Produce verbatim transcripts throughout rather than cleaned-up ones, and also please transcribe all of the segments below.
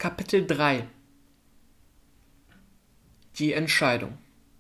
Kapitel drei. Die Entscheidung.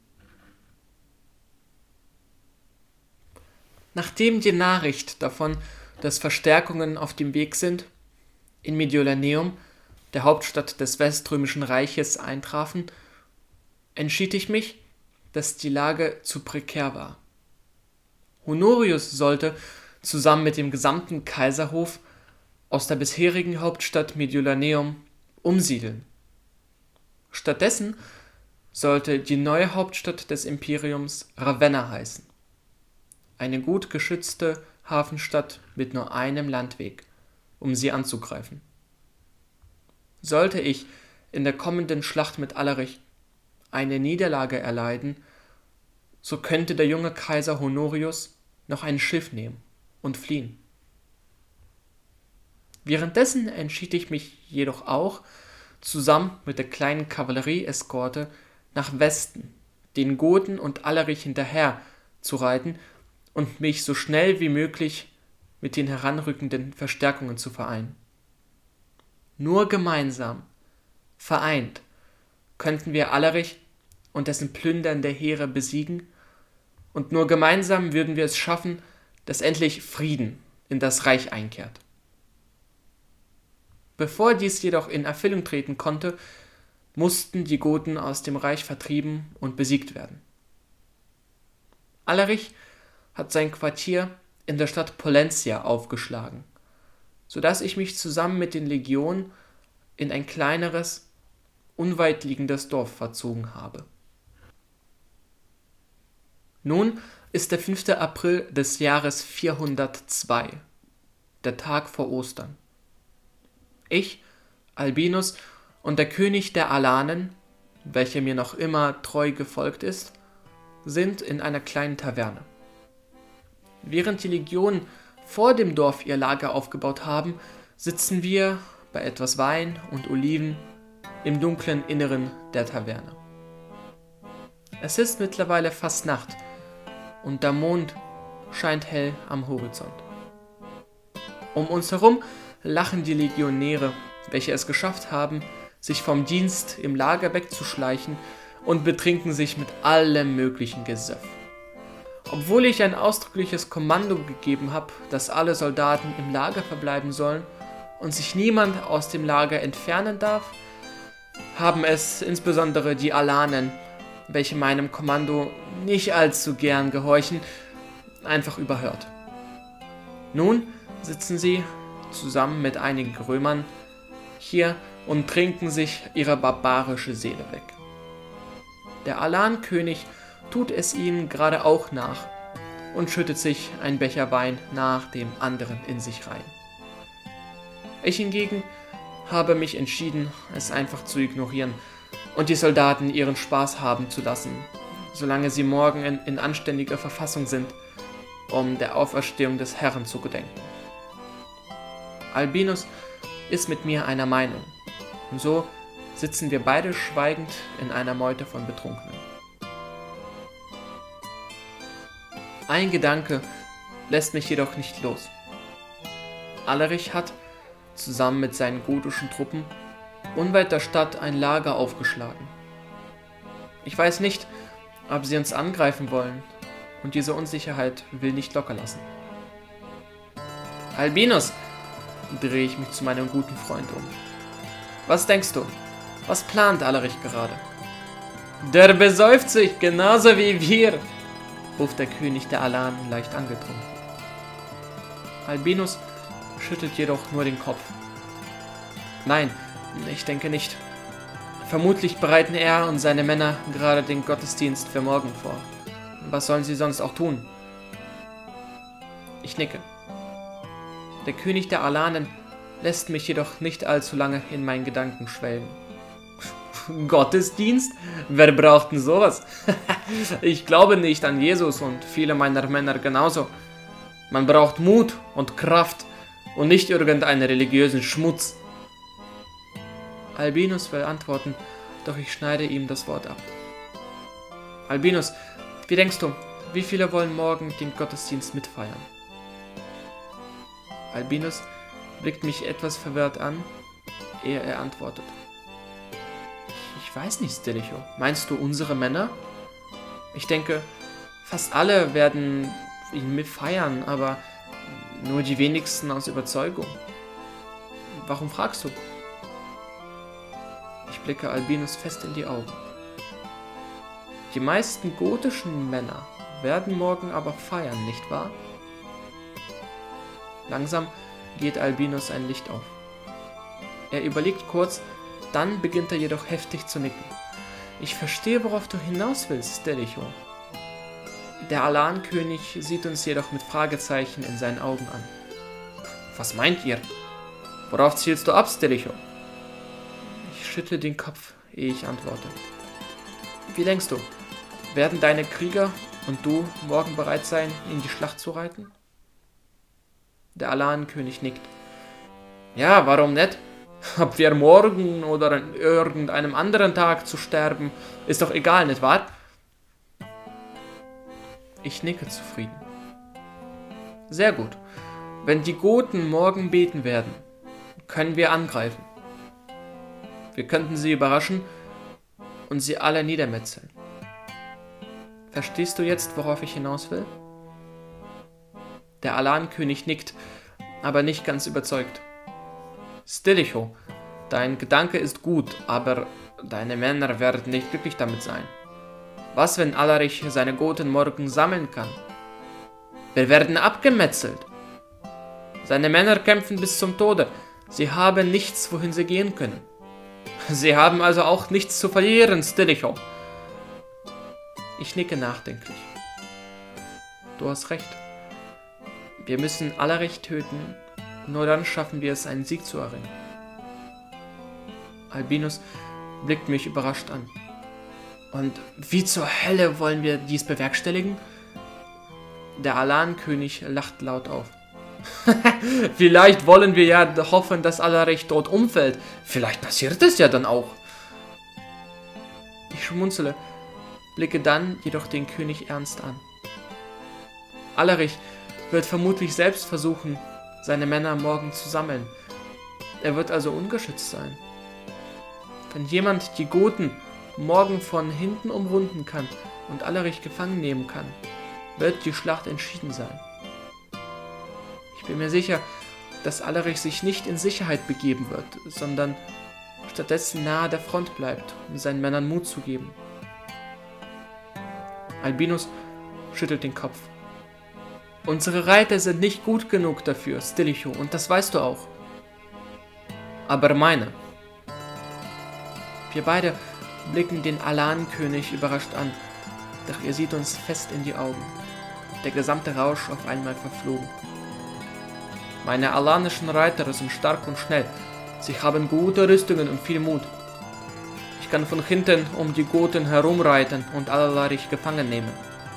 Nachdem die Nachricht davon, dass Verstärkungen auf dem Weg sind, in Mediolanum, der Hauptstadt des Weströmischen Reiches, eintrafen, entschied ich mich, dass die Lage zu prekär war. Honorius sollte zusammen mit dem gesamten Kaiserhof aus der bisherigen Hauptstadt Mediolanum umsiedeln. Stattdessen sollte die neue Hauptstadt des Imperiums Ravenna heißen. Eine gut geschützte Hafenstadt mit nur einem Landweg, um sie anzugreifen. Sollte ich in der kommenden Schlacht mit Alarich eine Niederlage erleiden, so könnte der junge Kaiser Honorius noch ein Schiff nehmen und fliehen. Währenddessen entschied ich mich jedoch auch, zusammen mit der kleinen Kavallerie-Eskorte nach Westen, den Goten und Alarich hinterher zu reiten und mich so schnell wie möglich mit den heranrückenden Verstärkungen zu vereinen. Nur gemeinsam, vereint, könnten wir Alarich und dessen plündernde Heere besiegen, und nur gemeinsam würden wir es schaffen, dass endlich Frieden in das Reich einkehrt. Bevor dies jedoch in Erfüllung treten konnte, mussten die Goten aus dem Reich vertrieben und besiegt werden. Alarich hat sein Quartier in der Stadt Pollentia aufgeschlagen, sodass ich mich zusammen mit den Legionen in ein kleineres, unweit liegendes Dorf verzogen habe. Nun ist der fünfte April des Jahres vierhundertzwei, der Tag vor Ostern. Ich, Albinus und der König der Alanen, welcher mir noch immer treu gefolgt ist, sind in einer kleinen Taverne. Während die Legionen vor dem Dorf ihr Lager aufgebaut haben, sitzen wir bei etwas Wein und Oliven im dunklen Inneren der Taverne. Es ist mittlerweile fast Nacht und der Mond scheint hell am Horizont. Um uns herum lachen die Legionäre, welche es geschafft haben, sich vom Dienst im Lager wegzuschleichen, und betrinken sich mit allem möglichen Gesöff. Obwohl ich ein ausdrückliches Kommando gegeben habe, dass alle Soldaten im Lager verbleiben sollen und sich niemand aus dem Lager entfernen darf, haben es insbesondere die Alanen, welche meinem Kommando nicht allzu gern gehorchen, einfach überhört. Nun sitzen sie zusammen mit einigen Römern hier und trinken sich ihre barbarische Seele weg. Der Alan-König tut es ihnen gerade auch nach und schüttet sich ein Becher Wein nach dem anderen in sich rein. Ich hingegen habe mich entschieden, es einfach zu ignorieren und die Soldaten ihren Spaß haben zu lassen, solange sie morgen in, in anständiger Verfassung sind, um der Auferstehung des Herrn zu gedenken. Albinus ist mit mir einer Meinung, und so sitzen wir beide schweigend in einer Meute von Betrunkenen. Ein Gedanke lässt mich jedoch nicht los. Alarich hat, zusammen mit seinen gotischen Truppen, unweit der Stadt ein Lager aufgeschlagen. Ich weiß nicht, ob sie uns angreifen wollen, und diese Unsicherheit will nicht locker lassen. Albinus, drehe ich mich zu meinem guten Freund um. Was denkst du? Was plant Alarich gerade? Der besäuft sich genauso wie wir, ruft der König der Alanen leicht angetrunken. Albinus schüttelt jedoch nur den Kopf. Nein, ich denke nicht. Vermutlich bereiten er und seine Männer gerade den Gottesdienst für morgen vor. Was sollen sie sonst auch tun? Ich nicke. Der König der Alanen lässt mich jedoch nicht allzu lange in meinen Gedanken schwelgen. Gottesdienst? Wer braucht denn sowas? Ich glaube nicht an Jesus und viele meiner Männer genauso. Man braucht Mut und Kraft und nicht irgendeinen religiösen Schmutz. Albinus will antworten, doch ich schneide ihm das Wort ab. Albinus, wie denkst du, wie viele wollen morgen den Gottesdienst mitfeiern? Albinus blickt mich etwas verwirrt an. ehe er antwortet. Ich weiß nicht, Stilicho. Meinst du unsere Männer? Ich denke, fast alle werden ihn mitfeiern, aber nur die wenigsten aus Überzeugung. Warum fragst du? Ich blicke Albinus fest in die Augen. Die meisten gotischen Männer werden morgen aber feiern, nicht wahr? Langsam geht Albinus ein Licht auf. Er überlegt kurz, dann beginnt er jedoch heftig zu nicken. Ich verstehe, worauf du hinaus willst, Stilicho. Der Alan-König sieht uns jedoch mit Fragezeichen in seinen Augen an. Was meint ihr? Worauf zielst du ab, Stilicho? Ich schüttle den Kopf, ehe ich antworte. Wie denkst du, werden deine Krieger und du morgen bereit sein, in die Schlacht zu reiten? Der Alan-König nickt. Ja, warum nicht? Ob wir morgen oder an irgendeinem anderen Tag zu sterben, ist doch egal, nicht wahr? Ich nicke zufrieden. Sehr gut. Wenn die Goten morgen beten werden, können wir angreifen. Wir könnten sie überraschen und sie alle niedermetzeln. Verstehst du jetzt, worauf ich hinaus will? Der Alan-König nickt, aber nicht ganz überzeugt. Stilicho, dein Gedanke ist gut, aber deine Männer werden nicht glücklich damit sein. Was, wenn Alarich seine Goten morgen sammeln kann? Wir werden abgemetzelt. Seine Männer kämpfen bis zum Tode. Sie haben nichts, wohin sie gehen können. Sie haben also auch nichts zu verlieren, Stilicho. Ich nicke nachdenklich. Du hast recht. Wir müssen Alarich töten, nur dann schaffen wir es, einen Sieg zu erringen. Albinus blickt mich überrascht an. Und wie zur Hölle wollen wir dies bewerkstelligen? Der Alan-König lacht laut auf. Vielleicht wollen wir ja hoffen, dass Alarich tot umfällt. Vielleicht passiert es ja dann auch. Ich schmunzele, blicke dann jedoch den König ernst an. Alarich wird vermutlich selbst versuchen, seine Männer morgen zu sammeln. Er wird also ungeschützt sein. Wenn jemand die Goten morgen von hinten umrunden kann und Alarich gefangen nehmen kann, wird die Schlacht entschieden sein. Ich bin mir sicher, dass Alarich sich nicht in Sicherheit begeben wird, sondern stattdessen nahe der Front bleibt, um seinen Männern Mut zu geben. Albinus schüttelt den Kopf. Unsere Reiter sind nicht gut genug dafür, Stilicho, und das weißt du auch. Aber meine. Wir beide blicken den Alan-König überrascht an, doch er sieht uns fest in die Augen. Der gesamte Rausch auf einmal verflogen. Meine alanischen Reiter sind stark und schnell. Sie haben gute Rüstungen und viel Mut. Ich kann von hinten um die Goten herumreiten und Alarich gefangen nehmen.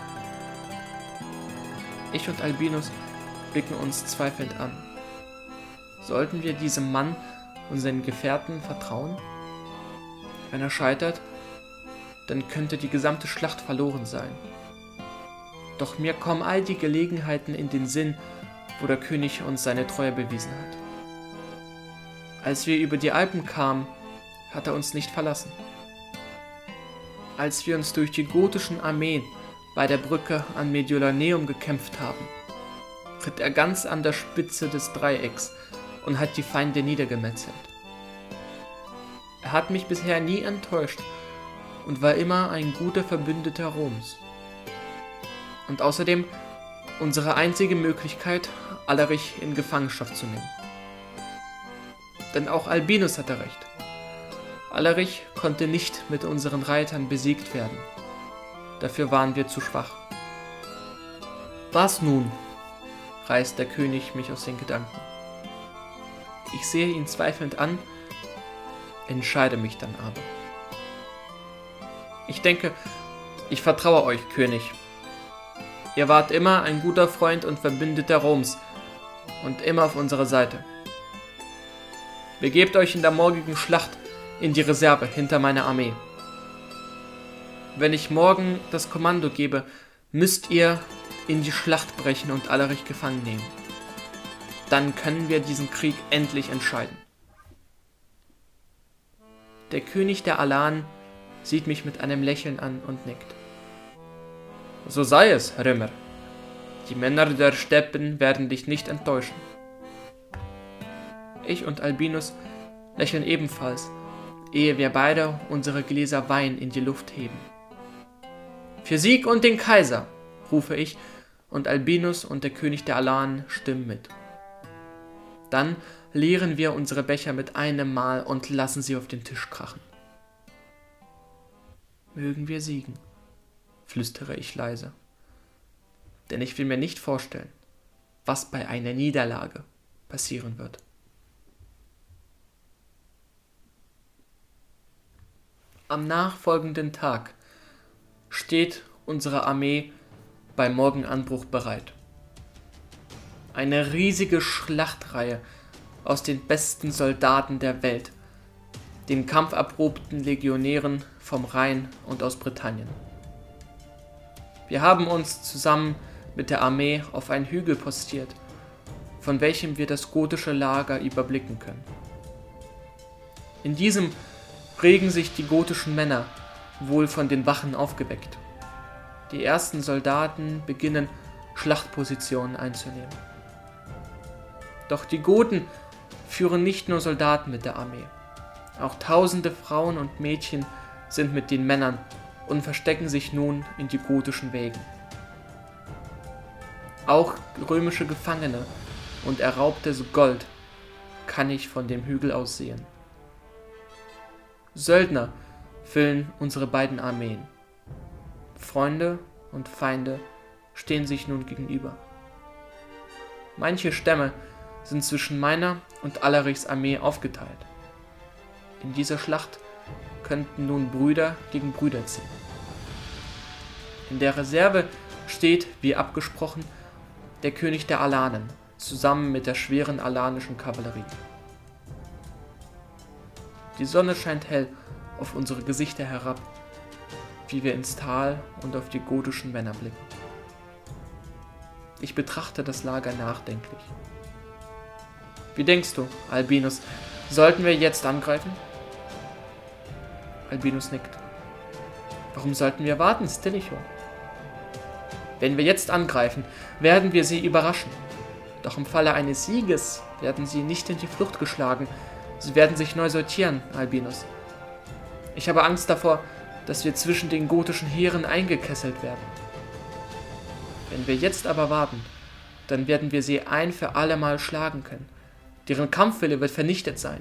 Ich und Albinus blicken uns zweifelnd an. Sollten wir diesem Mann und seinen Gefährten vertrauen? Wenn er scheitert, dann könnte die gesamte Schlacht verloren sein. Doch mir kommen all die Gelegenheiten in den Sinn, wo der König uns seine Treue bewiesen hat. Als wir über die Alpen kamen, hat er uns nicht verlassen. Als wir uns durch die gotischen Armeen bei der Brücke an Mediolaneum gekämpft haben, ritt er ganz an der Spitze des Dreiecks und hat die Feinde niedergemetzelt. Er hat mich bisher nie enttäuscht und war immer ein guter Verbündeter Roms. Und außerdem unsere einzige Möglichkeit, Alarich in Gefangenschaft zu nehmen. Denn auch Albinus hatte recht. Alarich konnte nicht mit unseren Reitern besiegt werden. Dafür waren wir zu schwach. Was nun? Reißt der König mich aus den Gedanken. Ich sehe ihn zweifelnd an, entscheide mich dann aber. Ich denke, ich vertraue euch, König. Ihr wart immer ein guter Freund und Verbündeter Roms und immer auf unserer Seite. Begebt euch in der morgigen Schlacht in die Reserve hinter meiner Armee. Wenn ich morgen das Kommando gebe, müsst ihr in die Schlacht brechen und Alarich gefangen nehmen. Dann können wir diesen Krieg endlich entscheiden. Der König der Alanen sieht mich mit einem Lächeln an und nickt. So sei es, Römer. Die Männer der Steppen werden dich nicht enttäuschen. Ich und Albinus lächeln ebenfalls, ehe wir beide unsere Gläser Wein in die Luft heben. Für Sieg und den Kaiser, rufe ich, und Albinus und der König der Alanen stimmen mit. Dann leeren wir unsere Becher mit einem Mal und lassen sie auf den Tisch krachen. Mögen wir siegen, flüstere ich leise, denn ich will mir nicht vorstellen, was bei einer Niederlage passieren wird. Am nachfolgenden Tag steht unsere Armee bei Morgenanbruch bereit. Eine riesige Schlachtreihe aus den besten Soldaten der Welt, den kampferprobten Legionären vom Rhein und aus Britannien. Wir haben uns zusammen mit der Armee auf einen Hügel postiert, von welchem wir das gotische Lager überblicken können. In diesem regen sich die gotischen Männer, wohl von den Wachen aufgeweckt. Die ersten Soldaten beginnen, Schlachtpositionen einzunehmen. Doch die Goten führen nicht nur Soldaten mit der Armee. Auch tausende Frauen und Mädchen sind mit den Männern und verstecken sich nun in die gotischen Wegen. Auch römische Gefangene und erraubtes Gold kann ich von dem Hügel aus sehen. Söldner füllen unsere beiden Armeen. Freunde und Feinde stehen sich nun gegenüber. Manche Stämme sind zwischen meiner und Alarichs Armee aufgeteilt. In dieser Schlacht könnten nun Brüder gegen Brüder ziehen. In der Reserve steht, wie abgesprochen, der König der Alanen, zusammen mit der schweren alanischen Kavallerie. Die Sonne scheint hell auf unsere Gesichter herab, wie wir ins Tal und auf die gotischen Männer blicken. Ich betrachte das Lager nachdenklich. Wie denkst du, Albinus, sollten wir jetzt angreifen? Albinus nickt. Warum sollten wir warten, Stilicho? Wenn wir jetzt angreifen, werden wir sie überraschen. Doch im Falle eines Sieges werden sie nicht in die Flucht geschlagen. Sie werden sich neu sortieren, Albinus. Ich habe Angst davor, dass wir zwischen den gotischen Heeren eingekesselt werden. Wenn wir jetzt aber warten, dann werden wir sie ein für alle Mal schlagen können. Deren Kampfwille wird vernichtet sein.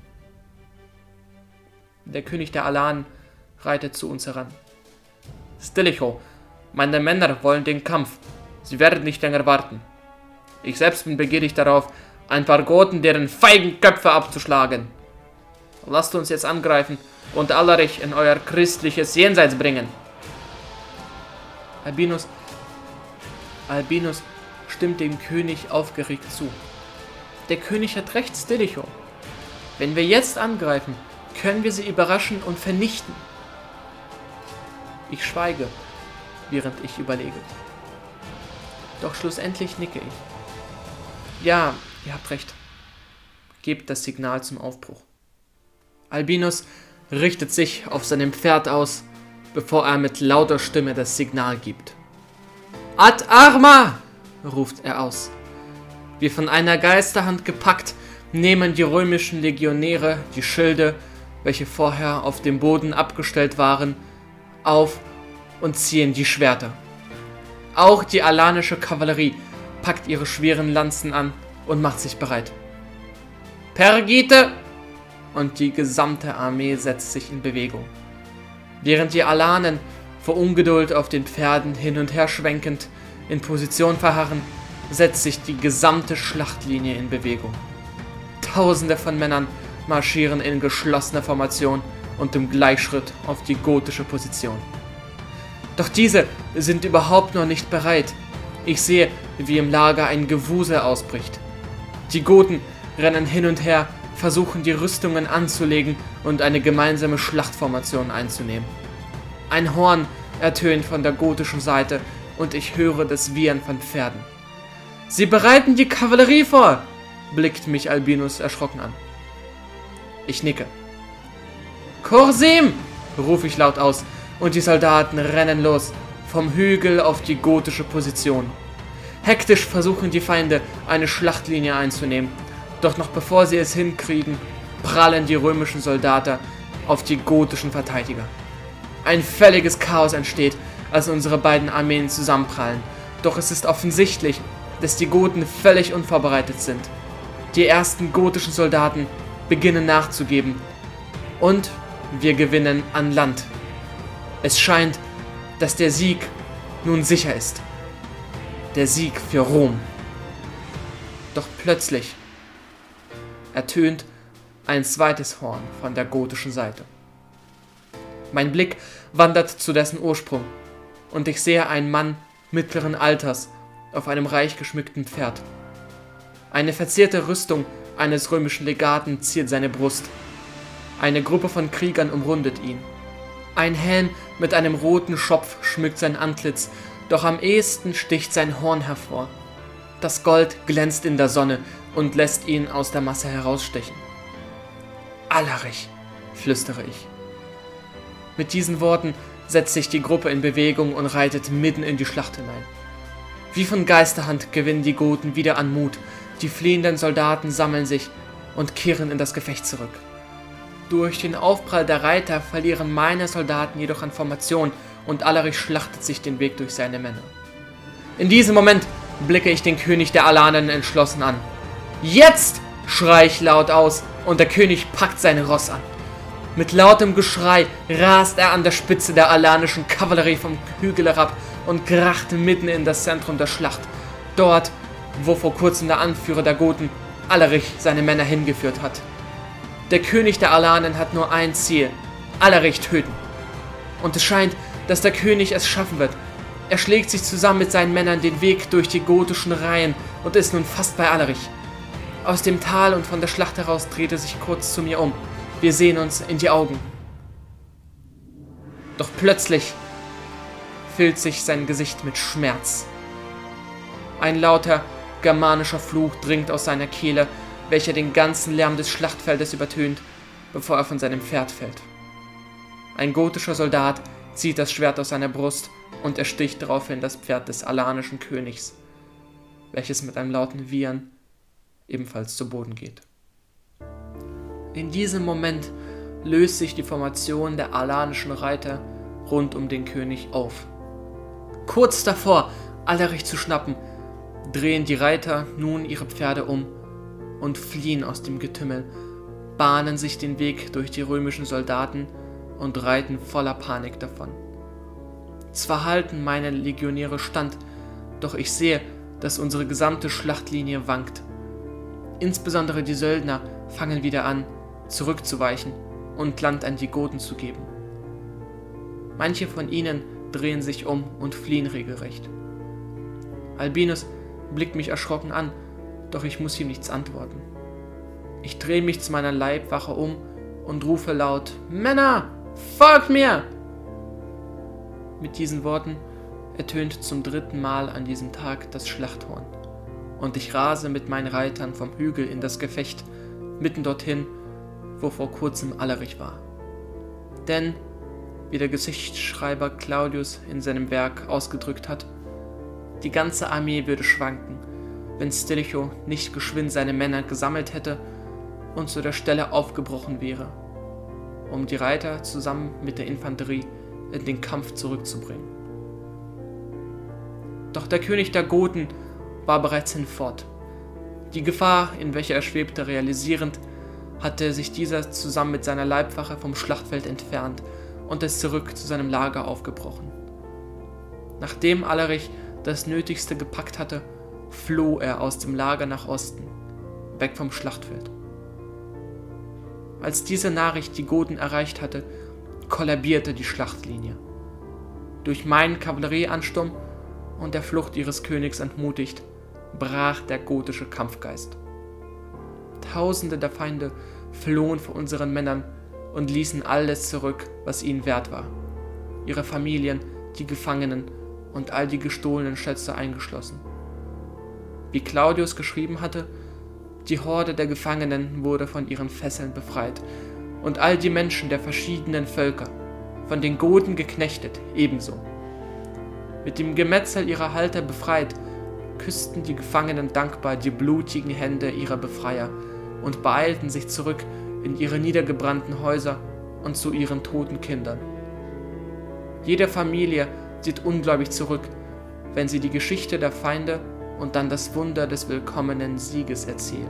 Der König der Alanen reitet zu uns heran. Stilicho, meine Männer wollen den Kampf. Sie werden nicht länger warten. Ich selbst bin begierig darauf, ein paar Goten deren feigen Köpfe abzuschlagen. Lasst uns jetzt angreifen und Alarich in euer christliches Jenseits bringen. Albinus, Albinus stimmt dem König aufgeregt zu. Der König hat recht, Stilicho. Wenn wir jetzt angreifen, können wir sie überraschen und vernichten. Ich schweige, während ich überlege. Doch schlussendlich nicke ich. Ja, ihr habt recht. Gebt das Signal zum Aufbruch. Albinus richtet sich auf seinem Pferd aus, bevor er mit lauter Stimme das Signal gibt. Ad arma! Ruft er aus. Wie von einer Geisterhand gepackt, nehmen die römischen Legionäre die Schilde, welche vorher auf dem Boden abgestellt waren, auf und ziehen die Schwerter. Auch die alanische Kavallerie packt ihre schweren Lanzen an und macht sich bereit. Pergite! Und die gesamte Armee setzt sich in Bewegung. Während die Alanen vor Ungeduld auf den Pferden hin und her schwenkend in Position verharren, setzt sich die gesamte Schlachtlinie in Bewegung. Tausende von Männern marschieren in geschlossener Formation und im Gleichschritt auf die gotische Position. Doch diese sind überhaupt noch nicht bereit. Ich sehe, wie im Lager ein Gewusel ausbricht. Die Goten rennen hin und her, versuchen die Rüstungen anzulegen und eine gemeinsame Schlachtformation einzunehmen. Ein Horn ertönt von der gotischen Seite und ich höre das Wiehern von Pferden. Sie bereiten die Kavallerie vor, blickt mich Albinus erschrocken an. Ich nicke. Korsim! Rufe ich laut aus, und die Soldaten rennen los, vom Hügel auf die gotische Position. Hektisch versuchen die Feinde, eine Schlachtlinie einzunehmen, doch noch bevor sie es hinkriegen, prallen die römischen Soldaten auf die gotischen Verteidiger. Ein völliges Chaos entsteht, als unsere beiden Armeen zusammenprallen, doch es ist offensichtlich, dass die Goten völlig unvorbereitet sind. Die ersten gotischen Soldaten beginnen nachzugeben und wir gewinnen an Land. Es scheint, dass der Sieg nun sicher ist. Der Sieg für Rom. Doch plötzlich ertönt ein zweites Horn von der gotischen Seite. Mein Blick wandert zu dessen Ursprung und ich sehe einen Mann mittleren Alters auf einem reich geschmückten Pferd. Eine verzierte Rüstung eines römischen Legaten ziert seine Brust. Eine Gruppe von Kriegern umrundet ihn. Ein Helm mit einem roten Schopf schmückt sein Antlitz, doch am ehesten sticht sein Horn hervor. Das Gold glänzt in der Sonne und lässt ihn aus der Masse herausstechen. Alaric, flüstere ich. Mit diesen Worten setzt sich die Gruppe in Bewegung und reitet mitten in die Schlacht hinein. Wie von Geisterhand gewinnen die Goten wieder an Mut, die fliehenden Soldaten sammeln sich und kehren in das Gefecht zurück. Durch den Aufprall der Reiter verlieren meine Soldaten jedoch an Formation und Alaric schlachtet sich den Weg durch seine Männer. In diesem Moment blicke ich den König der Alanen entschlossen an. Jetzt! Schrei ich laut aus und der König packt sein Ross an. Mit lautem Geschrei rast er an der Spitze der alanischen Kavallerie vom Hügel herab und kracht mitten in das Zentrum der Schlacht. Dort, wo vor kurzem der Anführer der Goten, Alaric, seine Männer hingeführt hat. Der König der Alanen hat nur ein Ziel: Alaric töten. Und es scheint, dass der König es schaffen wird. Er schlägt sich zusammen mit seinen Männern den Weg durch die gotischen Reihen und ist nun fast bei Alaric. Aus dem Tal und von der Schlacht heraus dreht er sich kurz zu mir um. Wir sehen uns in die Augen. Doch plötzlich füllt sich sein Gesicht mit Schmerz. Ein lauter germanischer Fluch dringt aus seiner Kehle, welcher den ganzen Lärm des Schlachtfeldes übertönt, bevor er von seinem Pferd fällt. Ein gotischer Soldat zieht das Schwert aus seiner Brust und ersticht daraufhin das Pferd des alanischen Königs, welches mit einem lauten Wiehern ebenfalls zu Boden geht. In diesem Moment löst sich die Formation der alanischen Reiter rund um den König auf. Kurz davor, Alaric zu schnappen, drehen die Reiter nun ihre Pferde um und fliehen aus dem Getümmel, bahnen sich den Weg durch die römischen Soldaten und reiten voller Panik davon. Zwar halten meine Legionäre stand, doch ich sehe, dass unsere gesamte Schlachtlinie wankt. Insbesondere die Söldner fangen wieder an, zurückzuweichen und Land an die Goten zu geben. Manche von ihnen drehen sich um und fliehen regelrecht. Albinus blickt mich erschrocken an, doch ich muss ihm nichts antworten. Ich drehe mich zu meiner Leibwache um und rufe laut: Männer, folgt mir! Mit diesen Worten ertönt zum dritten Mal an diesem Tag das Schlachthorn und ich rase mit meinen Reitern vom Hügel in das Gefecht, mitten dorthin, wo vor kurzem Alaric war. Denn, wie der Geschichtsschreiber Claudius in seinem Werk ausgedrückt hat, die ganze Armee würde schwanken, wenn Stilicho nicht geschwind seine Männer gesammelt hätte und zu der Stelle aufgebrochen wäre, um die Reiter zusammen mit der Infanterie in den Kampf zurückzubringen. Doch der König der Goten war bereits hinfort. Die Gefahr, in welcher er schwebte, realisierend, hatte sich dieser zusammen mit seiner Leibwache vom Schlachtfeld entfernt und ist zurück zu seinem Lager aufgebrochen. Nachdem Alaric das Nötigste gepackt hatte, floh er aus dem Lager nach Osten, weg vom Schlachtfeld. Als diese Nachricht die Goten erreicht hatte, kollabierte die Schlachtlinie. Durch meinen Kavallerieansturm und der Flucht ihres Königs entmutigt, brach der gotische Kampfgeist. Tausende der Feinde flohen vor unseren Männern und ließen alles zurück, was ihnen wert war. Ihre Familien, die Gefangenen und all die gestohlenen Schätze eingeschlossen. Wie Claudius geschrieben hatte, die Horde der Gefangenen wurde von ihren Fesseln befreit und all die Menschen der verschiedenen Völker, von den Goten geknechtet, ebenso. Mit dem Gemetzel ihrer Halter befreit, küssten die Gefangenen dankbar die blutigen Hände ihrer Befreier und beeilten sich zurück in ihre niedergebrannten Häuser und zu ihren toten Kindern. Jede Familie sieht ungläubig zurück, wenn sie die Geschichte der Feinde und dann das Wunder des willkommenen Sieges erzählen.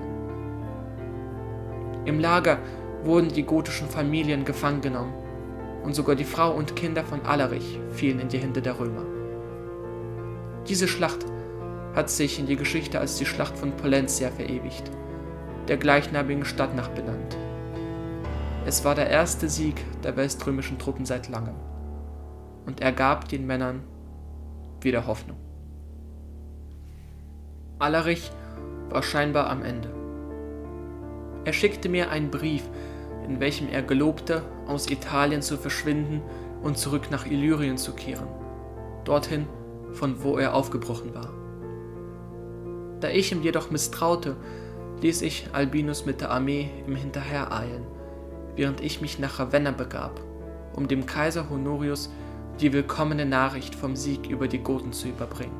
Im Lager wurden die gotischen Familien gefangen genommen und sogar die Frau und Kinder von Allerich fielen in die Hände der Römer. Diese Schlacht hat sich in die Geschichte als die Schlacht von Pollentia verewigt, der gleichnamigen Stadt nach benannt. Es war der erste Sieg der weströmischen Truppen seit langem und er gab den Männern wieder Hoffnung. Allerich war scheinbar am Ende. Er schickte mir einen Brief, in welchem er gelobte, aus Italien zu verschwinden und zurück nach Illyrien zu kehren, dorthin, von wo er aufgebrochen war. Da ich ihm jedoch misstraute, ließ ich Albinus mit der Armee ihm hinterhereilen, während ich mich nach Ravenna begab, um dem Kaiser Honorius die willkommene Nachricht vom Sieg über die Goten zu überbringen.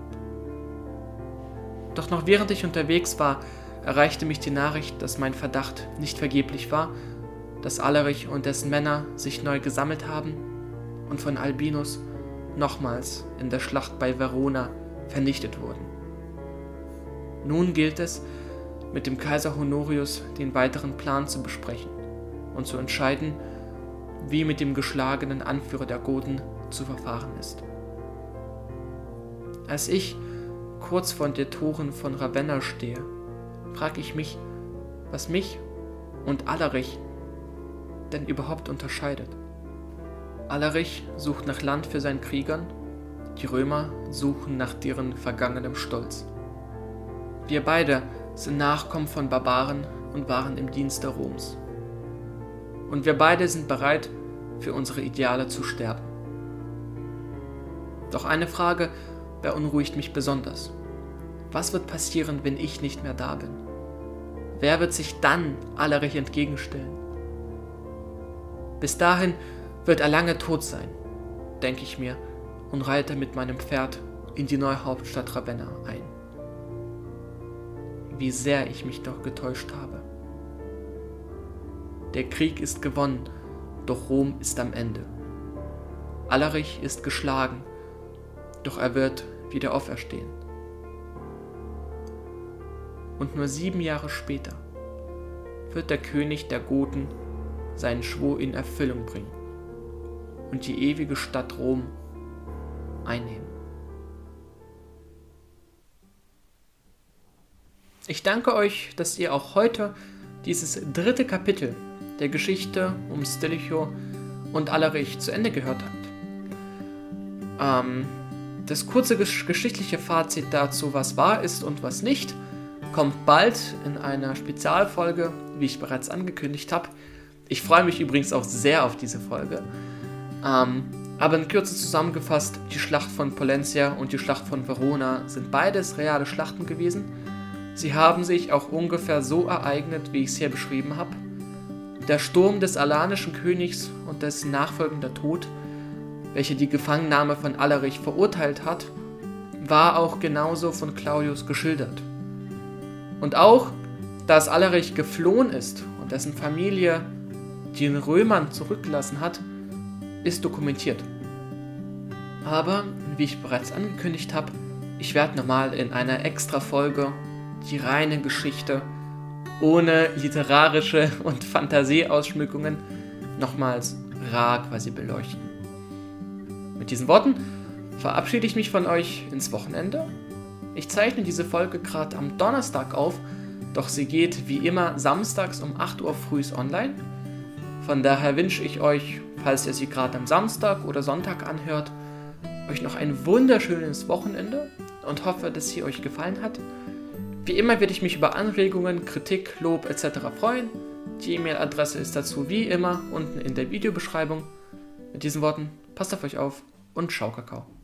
Doch noch während ich unterwegs war, erreichte mich die Nachricht, dass mein Verdacht nicht vergeblich war, dass Allerich und dessen Männer sich neu gesammelt haben und von Albinus nochmals in der Schlacht bei Verona vernichtet wurden. Nun gilt es, mit dem Kaiser Honorius den weiteren Plan zu besprechen und zu entscheiden, wie mit dem geschlagenen Anführer der Goten zu verfahren ist. Als ich kurz vor den Toren von Ravenna stehe, frage ich mich, was mich und Allerich denn überhaupt unterscheidet. Allerich sucht nach Land für seinen Kriegern, die Römer suchen nach deren vergangenem Stolz. Wir beide sind Nachkommen von Barbaren und waren im Dienste Roms. Und wir beide sind bereit, für unsere Ideale zu sterben. Doch eine Frage beunruhigt mich besonders. Was wird passieren, wenn ich nicht mehr da bin? Wer wird sich dann Allerich entgegenstellen? Bis dahin wird er lange tot sein, denke ich mir, und reite mit meinem Pferd in die neue Hauptstadt Ravenna ein. Wie sehr ich mich doch getäuscht habe. Der Krieg ist gewonnen, doch Rom ist am Ende. Allerich ist geschlagen, doch er wird wieder auferstehen. Und nur sieben Jahre später wird der König der Goten seinen Schwur in Erfüllung bringen und die ewige Stadt Rom einnehmen. Ich danke euch, dass ihr auch heute dieses dritte Kapitel der Geschichte um Stilicho und Allerich zu Ende gehört habt. Ähm, das kurze gesch- geschichtliche Fazit dazu, was wahr ist und was nicht, kommt bald in einer Spezialfolge, wie ich bereits angekündigt habe. Ich freue mich übrigens auch sehr auf diese Folge. Ähm, aber in Kürze zusammengefasst, die Schlacht von Pollentia und die Schlacht von Verona sind beides reale Schlachten gewesen. Sie haben sich auch ungefähr so ereignet, wie ich es hier beschrieben habe. Der Sturm des alanischen Königs und dessen nachfolgender Tod, welcher die Gefangennahme von Allerich verurteilt hat, war auch genauso von Claudius geschildert. Und auch, dass Allerich geflohen ist und dessen Familie die den Römern zurückgelassen hat, ist dokumentiert. Aber, wie ich bereits angekündigt habe, ich werde nochmal in einer extra Folge die reine Geschichte ohne literarische und Fantasieausschmückungen nochmals rar quasi beleuchten. Mit diesen Worten verabschiede ich mich von euch ins Wochenende. Ich zeichne diese Folge gerade am Donnerstag auf, doch sie geht wie immer samstags um acht Uhr früh online. Von daher wünsche ich euch, falls ihr sie gerade am Samstag oder Sonntag anhört, euch noch ein wunderschönes Wochenende und hoffe, dass sie euch gefallen hat. Wie immer werde ich mich über Anregungen, Kritik, Lob et cetera freuen. Die E-Mail-Adresse ist dazu wie immer unten in der Videobeschreibung. Mit diesen Worten, passt auf euch auf und ciao Kakao.